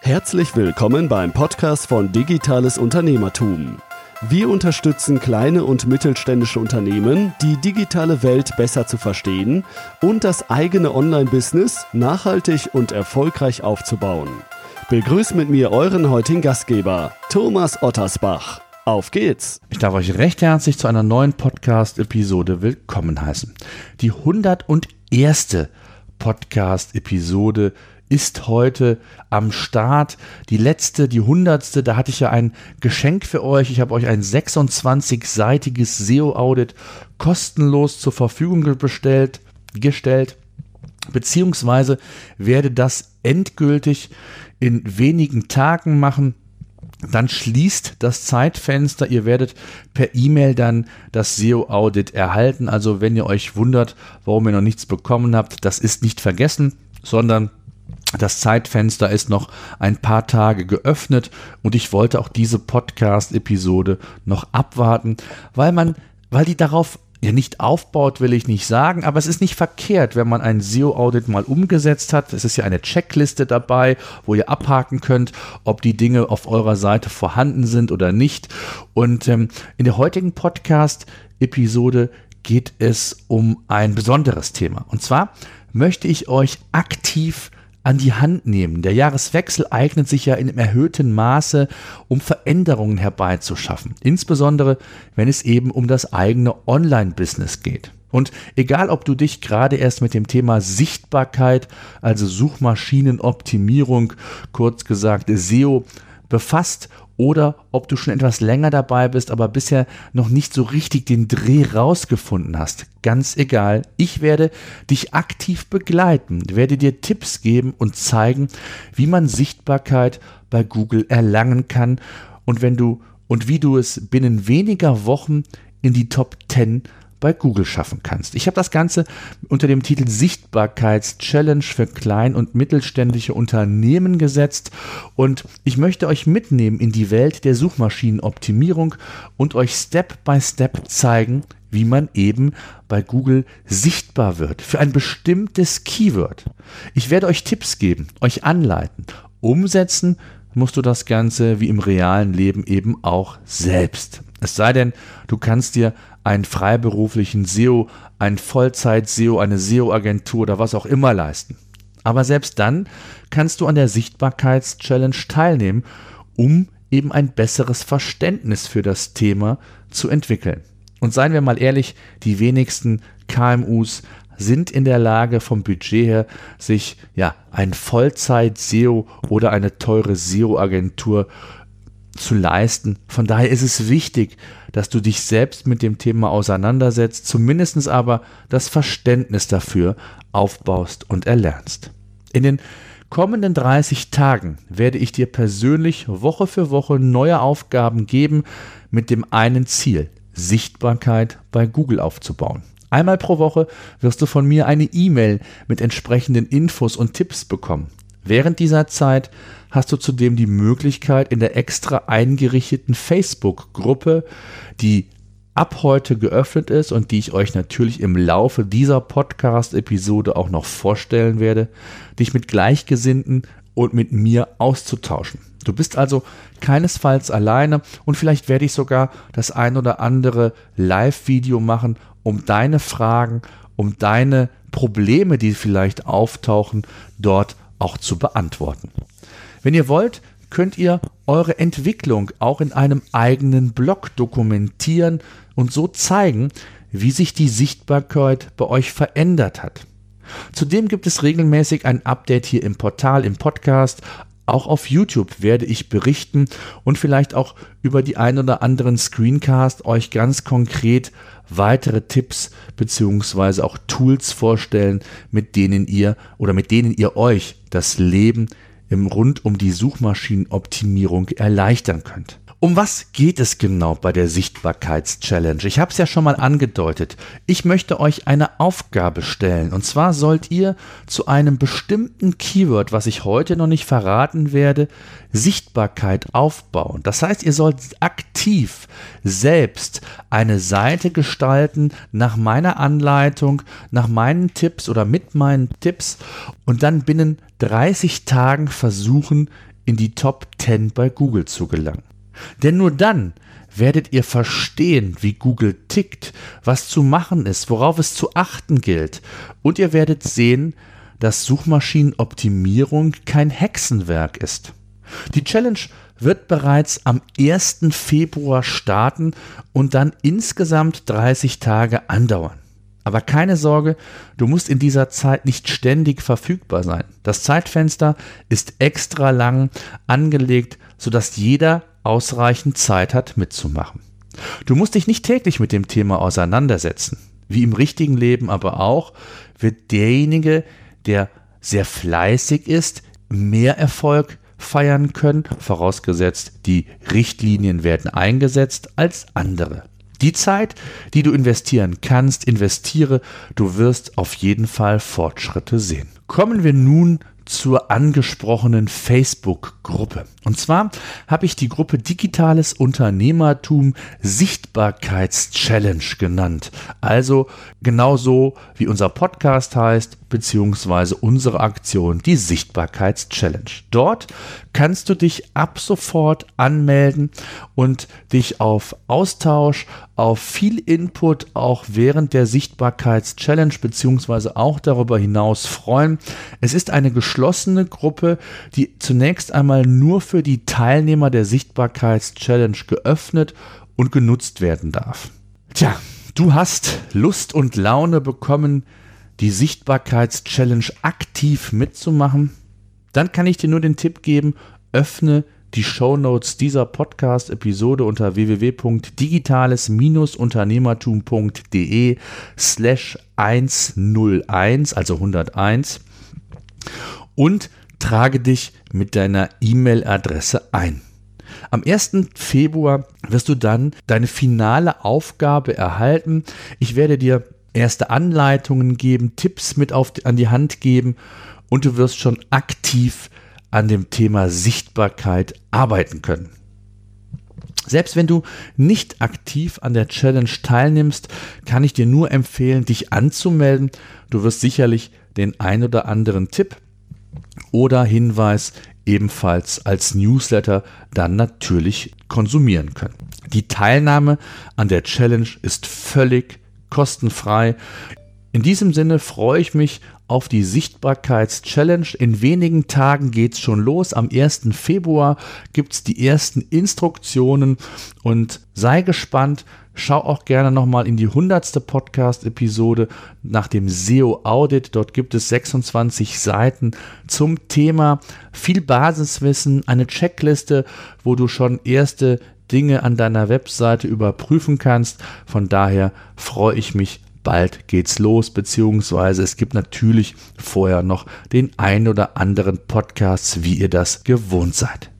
Herzlich willkommen beim Podcast von Digitales Unternehmertum. Wir unterstützen kleine und mittelständische Unternehmen, die digitale Welt besser zu verstehen und das eigene Online-Business nachhaltig und erfolgreich aufzubauen. Begrüßt mit mir euren heutigen Gastgeber, Thomas Ottersbach. Auf geht's! Ich darf euch recht herzlich zu einer neuen Podcast-Episode willkommen heißen. Die 101. Podcast-Episode ist heute am Start. Die letzte, die 100. Da hatte ich ja ein Geschenk für euch. Ich habe euch ein 26-seitiges SEO-Audit kostenlos zur Verfügung gestellt, beziehungsweise werde das endgültig in wenigen Tagen machen. Dann schließt das Zeitfenster. Ihr werdet per E-Mail dann das SEO-Audit erhalten. Also wenn ihr euch wundert, warum ihr noch nichts bekommen habt, das ist nicht vergessen, sondern das Zeitfenster ist noch ein paar Tage geöffnet und ich wollte auch diese Podcast-Episode noch abwarten, weil die darauf ja nicht aufbaut, will ich nicht sagen, aber es ist nicht verkehrt, wenn man ein SEO-Audit mal umgesetzt hat. Es ist ja eine Checkliste dabei, wo ihr abhaken könnt, ob die Dinge auf eurer Seite vorhanden sind oder nicht. Und in der heutigen Podcast-Episode geht es um ein besonderes Thema. Und zwar möchte ich euch aktiv an die Hand nehmen. Der Jahreswechsel eignet sich ja in einem erhöhten Maße, um Veränderungen herbeizuschaffen. Insbesondere, wenn es eben um das eigene Online-Business geht. Und egal, ob du dich gerade erst mit dem Thema Sichtbarkeit, also Suchmaschinenoptimierung, kurz gesagt SEO, befasst oder ob du schon etwas länger dabei bist, aber bisher noch nicht so richtig den Dreh rausgefunden hast. Ganz egal, ich werde dich aktiv begleiten, werde dir Tipps geben und zeigen, wie man Sichtbarkeit bei Google erlangen kann und wie du es binnen weniger Wochen in die Top 10 bei Google schaffen kannst. Ich habe das Ganze unter dem Titel Sichtbarkeits-Challenge für klein- und mittelständische Unternehmen gesetzt und ich möchte euch mitnehmen in die Welt der Suchmaschinenoptimierung und euch Step by Step zeigen, wie man eben bei Google sichtbar wird für ein bestimmtes Keyword. Ich werde euch Tipps geben, euch anleiten. Umsetzen musst du das Ganze wie im realen Leben eben auch selbst. Es sei denn, du kannst dir einen freiberuflichen SEO, einen Vollzeit-SEO, eine SEO-Agentur oder was auch immer leisten. Aber selbst dann kannst du an der Sichtbarkeits-Challenge teilnehmen, um eben ein besseres Verständnis für das Thema zu entwickeln. Und seien wir mal ehrlich, die wenigsten KMUs sind in der Lage, vom Budget her, sich ein Vollzeit-SEO oder eine teure SEO-Agentur zu leisten. Von daher ist es wichtig, dass du dich selbst mit dem Thema auseinandersetzt, zumindest aber das Verständnis dafür aufbaust und erlernst. In den kommenden 30 Tagen werde ich dir persönlich Woche für Woche neue Aufgaben geben mit dem einen Ziel, Sichtbarkeit bei Google aufzubauen. Einmal pro Woche wirst du von mir eine E-Mail mit entsprechenden Infos und Tipps bekommen. Während dieser Zeit hast du zudem die Möglichkeit, in der extra eingerichteten Facebook-Gruppe, die ab heute geöffnet ist und die ich euch natürlich im Laufe dieser Podcast-Episode auch noch vorstellen werde, dich mit Gleichgesinnten und mit mir auszutauschen. Du bist also keinesfalls alleine und vielleicht werde ich sogar das ein oder andere Live-Video machen, um deine Fragen, um deine Probleme, die vielleicht auftauchen, dort auch zu beantworten. Wenn ihr wollt, könnt ihr eure Entwicklung auch in einem eigenen Blog dokumentieren und so zeigen, wie sich die Sichtbarkeit bei euch verändert hat. Zudem gibt es regelmäßig ein Update hier im Portal, im Podcast. Auch auf YouTube werde ich berichten und vielleicht auch über die ein oder anderen Screencast euch ganz konkret weitere Tipps bzw. auch Tools vorstellen, mit denen ihr euch das Leben rund um die Suchmaschinenoptimierung erleichtern könnt. Um was geht es genau bei der Sichtbarkeits-Challenge? Ich habe es ja schon mal angedeutet. Ich möchte euch eine Aufgabe stellen. Und zwar sollt ihr zu einem bestimmten Keyword, was ich heute noch nicht verraten werde, Sichtbarkeit aufbauen. Das heißt, ihr sollt aktiv selbst eine Seite gestalten nach meiner Anleitung, nach meinen Tipps oder mit meinen Tipps und dann binnen 30 Tagen versuchen, in die Top 10 bei Google zu gelangen. Denn nur dann werdet ihr verstehen, wie Google tickt, was zu machen ist, worauf es zu achten gilt. Und ihr werdet sehen, dass Suchmaschinenoptimierung kein Hexenwerk ist. Die Challenge wird bereits am 1. Februar starten und dann insgesamt 30 Tage andauern. Aber keine Sorge, du musst in dieser Zeit nicht ständig verfügbar sein. Das Zeitfenster ist extra lang angelegt, sodass jeder ausreichend Zeit hat, mitzumachen. Du musst dich nicht täglich mit dem Thema auseinandersetzen. Wie im richtigen Leben aber auch, wird derjenige, der sehr fleißig ist, mehr Erfolg feiern können, vorausgesetzt, die Richtlinien werden eingesetzt, als andere. Die Zeit, die du investieren kannst, investiere, du wirst auf jeden Fall Fortschritte sehen. Kommen wir nun zur angesprochenen Facebook-Gruppe. Und zwar habe ich die Gruppe Digitales Unternehmertum Sichtbarkeits-Challenge genannt. Also genauso wie unser Podcast heißt, beziehungsweise unsere Aktion, die Sichtbarkeits-Challenge. Dort kannst du dich ab sofort anmelden und dich auf Austausch, auf viel Input auch während der Sichtbarkeits-Challenge beziehungsweise auch darüber hinaus freuen. Es ist eine geschlossene Gruppe, die zunächst einmal nur für die Teilnehmer der Sichtbarkeits-Challenge geöffnet und genutzt werden darf. Tja, du hast Lust und Laune bekommen, die Sichtbarkeits-Challenge aktiv mitzumachen? Dann kann ich dir nur den Tipp geben, öffne die Shownotes dieser Podcast-Episode unter www.digitales-unternehmertum.de/101, also 101 und trage dich mit deiner E-Mail-Adresse ein. Am 1. Februar wirst du dann deine finale Aufgabe erhalten. Ich werde dir erste Anleitungen geben, Tipps mit an die Hand geben und du wirst schon aktiv an dem Thema Sichtbarkeit arbeiten können. Selbst wenn du nicht aktiv an der Challenge teilnimmst, kann ich dir nur empfehlen, dich anzumelden. Du wirst sicherlich den ein oder anderen Tipp oder Hinweis ebenfalls als Newsletter dann natürlich konsumieren können. Die Teilnahme an der Challenge ist völlig kostenfrei. In diesem Sinne freue ich mich auf die Sichtbarkeits-Challenge. In wenigen Tagen geht es schon los. Am 1. Februar gibt es die ersten Instruktionen und sei gespannt. Schau auch gerne nochmal in die 100. Podcast-Episode nach dem SEO-Audit. Dort gibt es 26 Seiten zum Thema, viel Basiswissen, eine Checkliste, wo du schon erste Dinge an deiner Webseite überprüfen kannst. Von daher freue ich mich. Bald geht's los, beziehungsweise es gibt natürlich vorher noch den ein oder anderen Podcast, wie ihr das gewohnt seid.